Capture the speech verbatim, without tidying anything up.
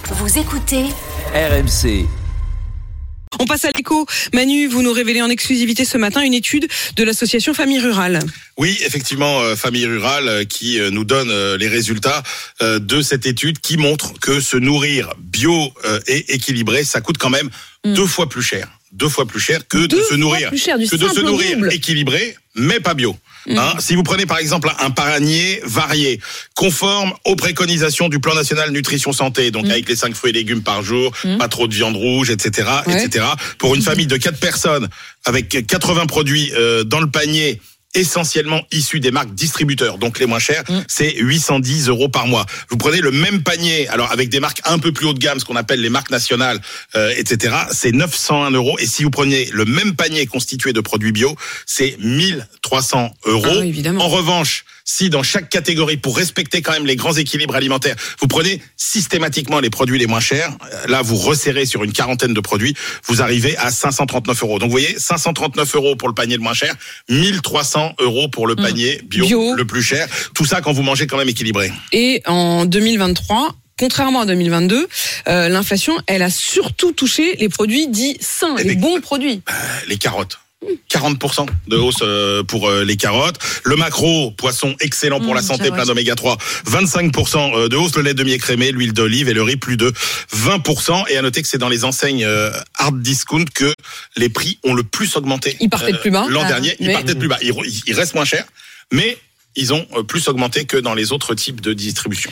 Vous écoutez R M C. On passe à l'écho. Manu, vous nous révélez en exclusivité ce matin une étude de l'association Famille Rurale. Oui, effectivement, euh, Famille Rurale euh, qui euh, nous donne euh, les résultats euh, de cette étude qui montre que se nourrir bio euh, et équilibré, ça coûte quand même mmh. deux fois plus cher. Deux fois plus cher que deux de se nourrir, plus cher, du que de se nourrir double. équilibré, mais pas bio. Mmh. Hein, si vous prenez par exemple un panier varié, conforme aux préconisations du plan national nutrition santé, donc mmh. avec les cinq fruits et légumes par jour, mmh. pas trop de viande rouge, et cetera, ouais. et cetera. Pour une famille de quatre personnes, avec quatre-vingts produits euh, dans le panier, essentiellement issus des marques distributeurs, donc les moins chers, mmh. c'est huit cent dix euros par mois. Vous prenez le même panier, alors avec des marques un peu plus haut de gamme, ce qu'on appelle les marques nationales, euh, et cetera, c'est neuf cent un euros. Et si vous preniez le même panier constitué de produits bio, c'est mille trois cents euros. Ah oui, évidemment. En revanche, si dans chaque catégorie, pour respecter quand même les grands équilibres alimentaires, vous prenez systématiquement les produits les moins chers, là vous resserrez sur une quarantaine de produits, vous arrivez à cinq cent trente-neuf euros. Donc vous voyez, cinq cent trente-neuf euros pour le panier le moins cher, mille trois cents euros pour le panier bio, bio le plus cher. Tout ça quand vous mangez quand même équilibré. Et en deux mille vingt-trois, contrairement à deux mille vingt-deux, euh, l'inflation, elle a surtout touché les produits dits sains, les, les bons produits. Euh, les carottes. quarante pour cent de hausse pour les carottes. Le maquereau, poisson excellent pour mmh, la santé, plein d'oméga trois, vingt-cinq pour cent de hausse. Le lait demi-écrémé, l'huile d'olive et le riz, plus de vingt pour cent. Et à noter que c'est dans les enseignes hard discount que les prix ont le plus augmenté. Ils partaient de plus bas. L'an ah, dernier, ils mais... partaient de plus bas. Ils, ils restent moins chers, mais ils ont plus augmenté que dans les autres types de distribution.